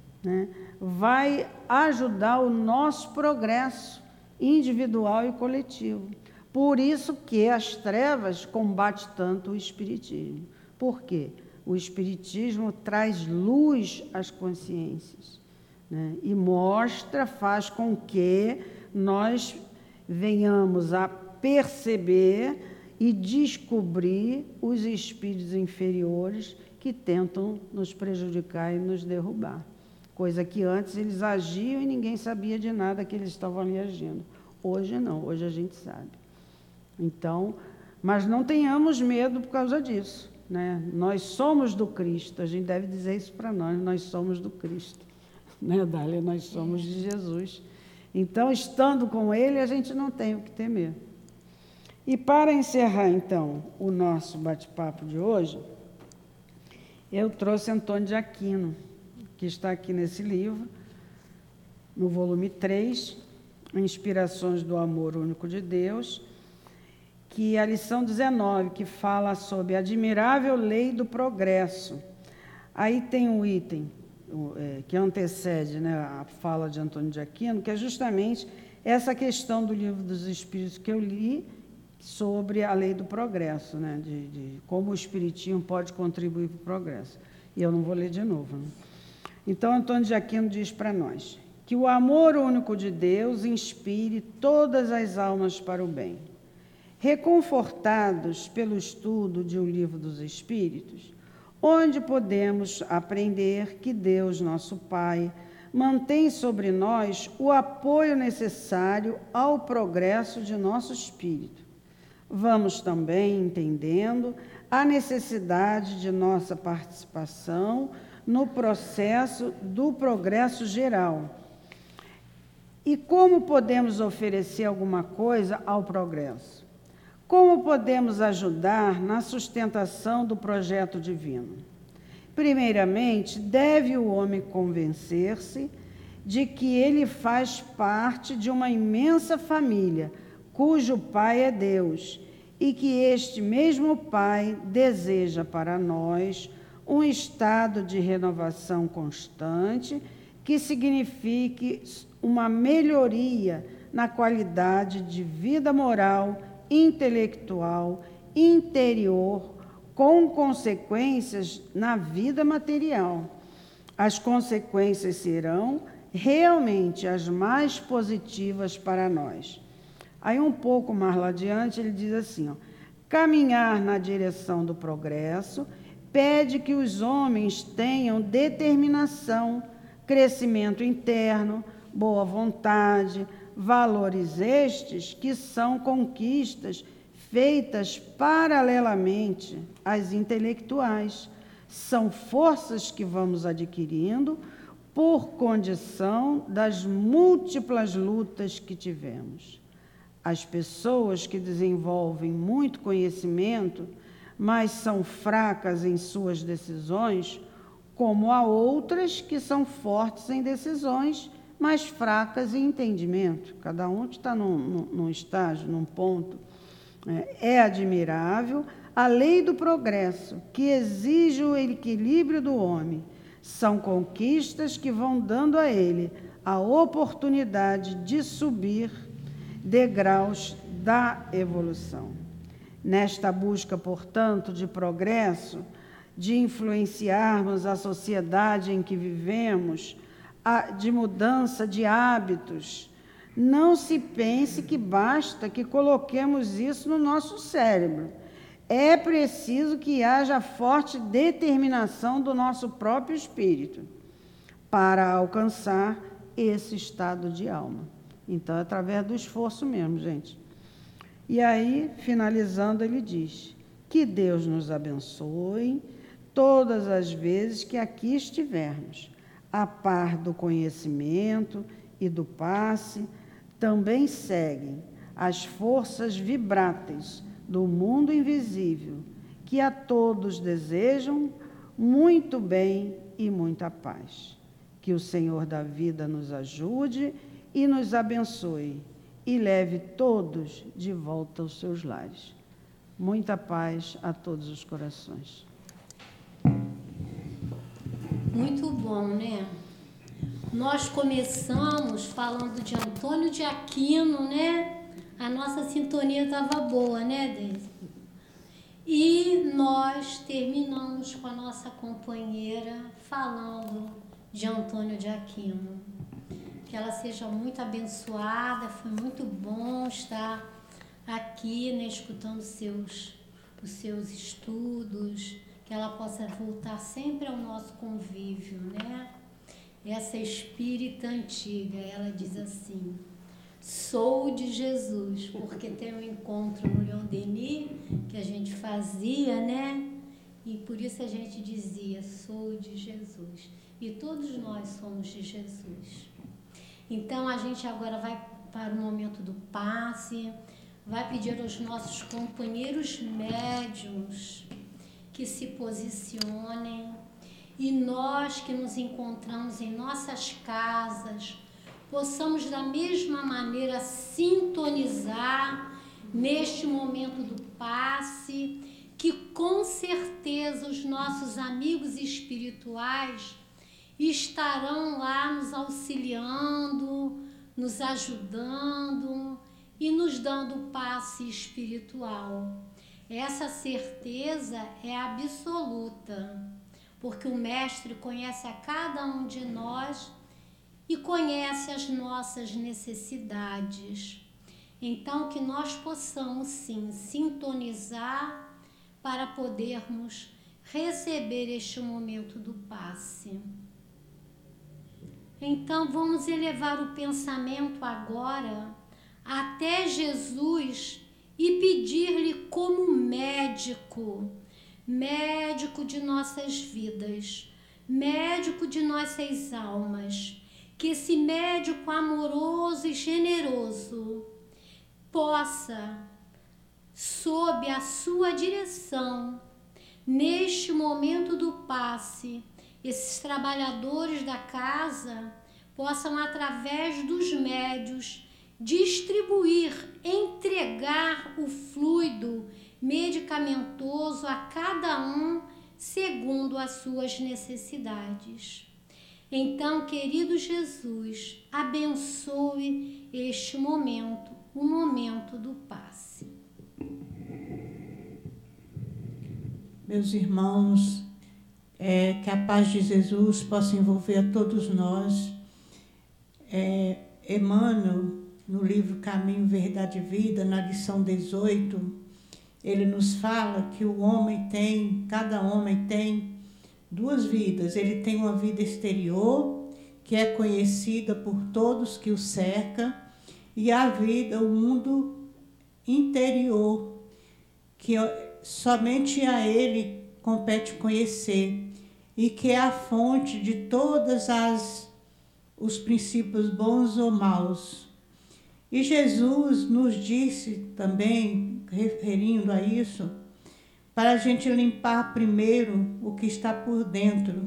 Vai ajudar o nosso progresso individual e coletivo. Por isso que as trevas combatem tanto o espiritismo. Por quê? O espiritismo traz luz às consciências, e mostra, faz com que nós venhamos a perceber e descobrir os espíritos inferiores que tentam nos prejudicar e nos derrubar. Coisa que antes eles agiam e ninguém sabia de nada que eles estavam ali agindo. Hoje não, hoje a gente sabe. Então, mas não tenhamos medo por causa disso. Nós somos do Cristo, a gente deve dizer isso para nós somos do Cristo. Dália? Nós somos de Jesus. Então, estando com Ele, a gente não tem o que temer. E para encerrar, então, o nosso bate-papo de hoje, eu trouxe Antônio de Aquino, que está aqui nesse livro, no volume 3, Inspirações do Amor Único de Deus, que é a lição 19, que fala sobre a admirável lei do progresso. Aí tem um item que antecede a fala de Antônio de Aquino, que é justamente essa questão do Livro dos Espíritos que eu li sobre a lei do progresso, de como o Espiritismo pode contribuir para o progresso. E eu não vou ler de novo. Então, Antônio de Aquino diz para nós que o amor único de Deus inspire todas as almas para o bem. Reconfortados pelo estudo de O Livro dos Espíritos, onde podemos aprender que Deus, nosso Pai, mantém sobre nós o apoio necessário ao progresso de nosso espírito. Vamos também entendendo a necessidade de nossa participação no processo do progresso geral. E como podemos oferecer alguma coisa ao progresso? Como podemos ajudar na sustentação do projeto divino? Primeiramente, deve o homem convencer-se de que ele faz parte de uma imensa família, cujo Pai é Deus, e que este mesmo Pai deseja para nós um estado de renovação constante que signifique uma melhoria na qualidade de vida moral, intelectual, interior, com consequências na vida material. As consequências serão realmente as mais positivas para nós. Aí um pouco mais lá adiante ele diz assim, ó, caminhar na direção do progresso pede que os homens tenham determinação, crescimento interno, boa vontade, valores estes que são conquistas feitas paralelamente às intelectuais. São forças que vamos adquirindo por condição das múltiplas lutas que tivemos. As pessoas que desenvolvem muito conhecimento, mas são fracas em suas decisões, como há outras que são fortes em decisões, mas fracas em entendimento. Cada um está num estágio, num ponto. É admirável a lei do progresso, que exige o equilíbrio do homem. São conquistas que vão dando a ele a oportunidade de subir degraus da evolução. Nesta busca, portanto, de progresso, de influenciarmos a sociedade em que vivemos, de mudança de hábitos, não se pense que basta que coloquemos isso no nosso cérebro. É preciso que haja forte determinação do nosso próprio espírito para alcançar esse estado de alma. Então, é através do esforço mesmo, gente. E aí, finalizando, ele diz, que Deus nos abençoe todas as vezes que aqui estivermos, a par do conhecimento e do passe, também seguem as forças vibráteis do mundo invisível, que a todos desejam muito bem e muita paz. Que o Senhor da vida nos ajude e nos abençoe, e leve todos de volta aos seus lares. Muita paz a todos os corações. Muito bom, né? Nós começamos falando de Antônio de Aquino, né? A nossa sintonia estava boa, né, Deise? E nós terminamos com a nossa companheira falando de Antônio de Aquino. Que ela seja muito abençoada, foi muito bom estar aqui, né, escutando os seus estudos, que ela possa voltar sempre ao nosso convívio, né? Essa espírita antiga, ela diz assim, sou de Jesus, porque tem um encontro no Leon Denis que a gente fazia, né? E por isso a gente dizia, sou de Jesus. E todos nós somos de Jesus. Então, a gente agora vai para o momento do passe, vai pedir aos nossos companheiros médiuns que se posicionem e nós que nos encontramos em nossas casas, possamos da mesma maneira sintonizar neste momento do passe, que com certeza os nossos amigos espirituais estarão lá nos auxiliando, nos ajudando e nos dando passe espiritual. Essa certeza é absoluta, porque o Mestre conhece a cada um de nós e conhece as nossas necessidades. Então, que nós possamos, sim, sintonizar para podermos receber este momento do passe. Então vamos elevar o pensamento agora até Jesus e pedir-lhe como médico, médico de nossas vidas, médico de nossas almas, que esse médico amoroso e generoso possa, sob a sua direção, neste momento do passe, esses trabalhadores da casa possam, através dos médios, distribuir, entregar o fluido medicamentoso a cada um segundo as suas necessidades. Então, querido Jesus, abençoe este momento, o momento do passe. Meus irmãos, que a paz de Jesus possa envolver a todos nós. Emmanuel, no livro Caminho, Verdade e Vida, na lição 18, ele nos fala que cada homem tem duas vidas. Ele tem uma vida exterior, que é conhecida por todos que o cercam, e a vida, o mundo interior, que somente a ele compete conhecer, e que é a fonte de todas os princípios bons ou maus. E Jesus nos disse também, referindo a isso, para a gente limpar primeiro o que está por dentro.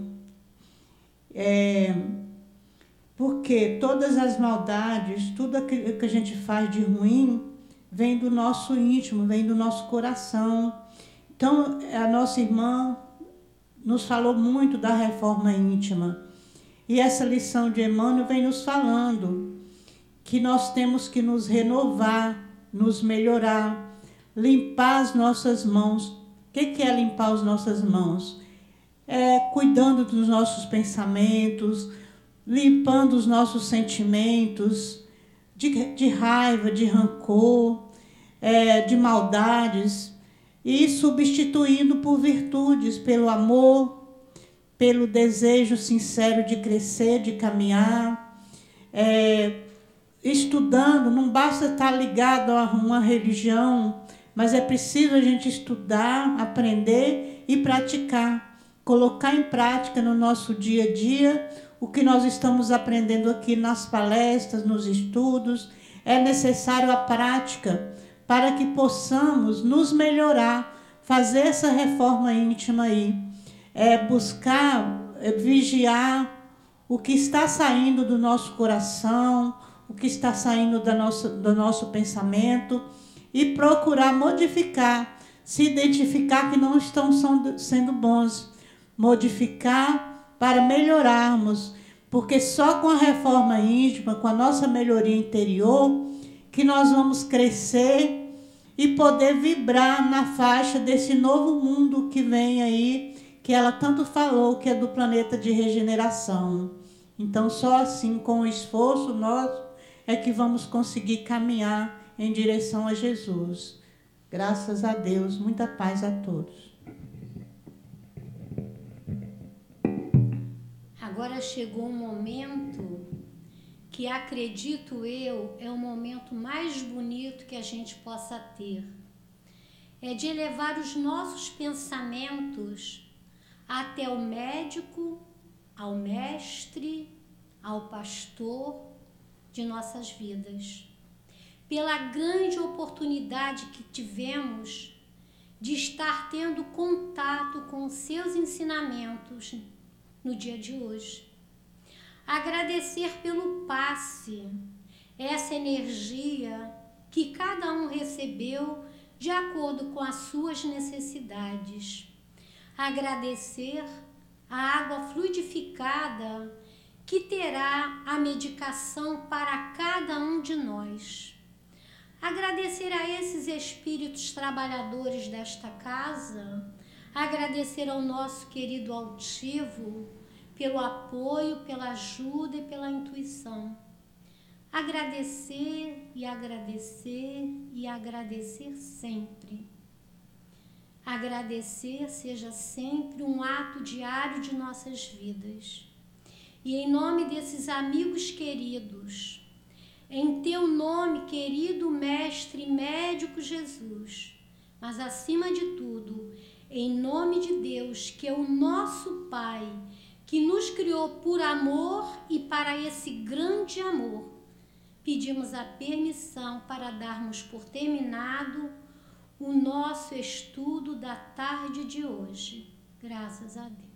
Porque todas as maldades, tudo aquilo que a gente faz de ruim, vem do nosso íntimo, vem do nosso coração. Então, a nossa irmã nos falou muito da reforma íntima. E essa lição de Emmanuel vem nos falando que nós temos que nos renovar, nos melhorar, limpar as nossas mãos. O que é limpar as nossas mãos? Cuidando dos nossos pensamentos, limpando os nossos sentimentos de raiva, de rancor, de maldades, e substituindo por virtudes, pelo amor, pelo desejo sincero de crescer, de caminhar, estudando. Não basta estar ligado a uma religião, mas é preciso a gente estudar, aprender e praticar, colocar em prática no nosso dia a dia o que nós estamos aprendendo aqui nas palestras, nos estudos. É necessário a prática para que possamos nos melhorar, fazer essa reforma íntima aí. Buscar, vigiar o que está saindo do nosso coração, o que está saindo do nosso pensamento, e procurar modificar, se identificar que não estão sendo bons, modificar para melhorarmos, porque só com a reforma íntima, com a nossa melhoria interior, que nós vamos crescer e poder vibrar na faixa desse novo mundo que vem aí, que ela tanto falou, que é do planeta de regeneração. Então, só assim, com o esforço nosso, é que vamos conseguir caminhar em direção a Jesus. Graças a Deus, muita paz a todos. Agora chegou um momento que, acredito eu, é o momento mais bonito que a gente possa ter. É de elevar os nossos pensamentos até o médico, ao mestre, ao pastor de nossas vidas. Pela grande oportunidade que tivemos de estar tendo contato com os seus ensinamentos no dia de hoje. Agradecer pelo passe, essa energia que cada um recebeu de acordo com as suas necessidades. Agradecer a água fluidificada que terá a medicação para cada um de nós. Agradecer a esses espíritos trabalhadores desta casa, agradecer ao nosso querido altivo pelo apoio, pela ajuda e pela intuição. Agradecer e agradecer e agradecer sempre. Agradecer seja sempre um ato diário de nossas vidas. e em nome desses amigos queridos, em teu nome, querido Mestre e Médico Jesus, mas acima de tudo, em nome de Deus, que é o nosso Pai, que nos criou por amor e para esse grande amor, pedimos a permissão para darmos por terminado o nosso estudo da tarde de hoje. Graças a Deus.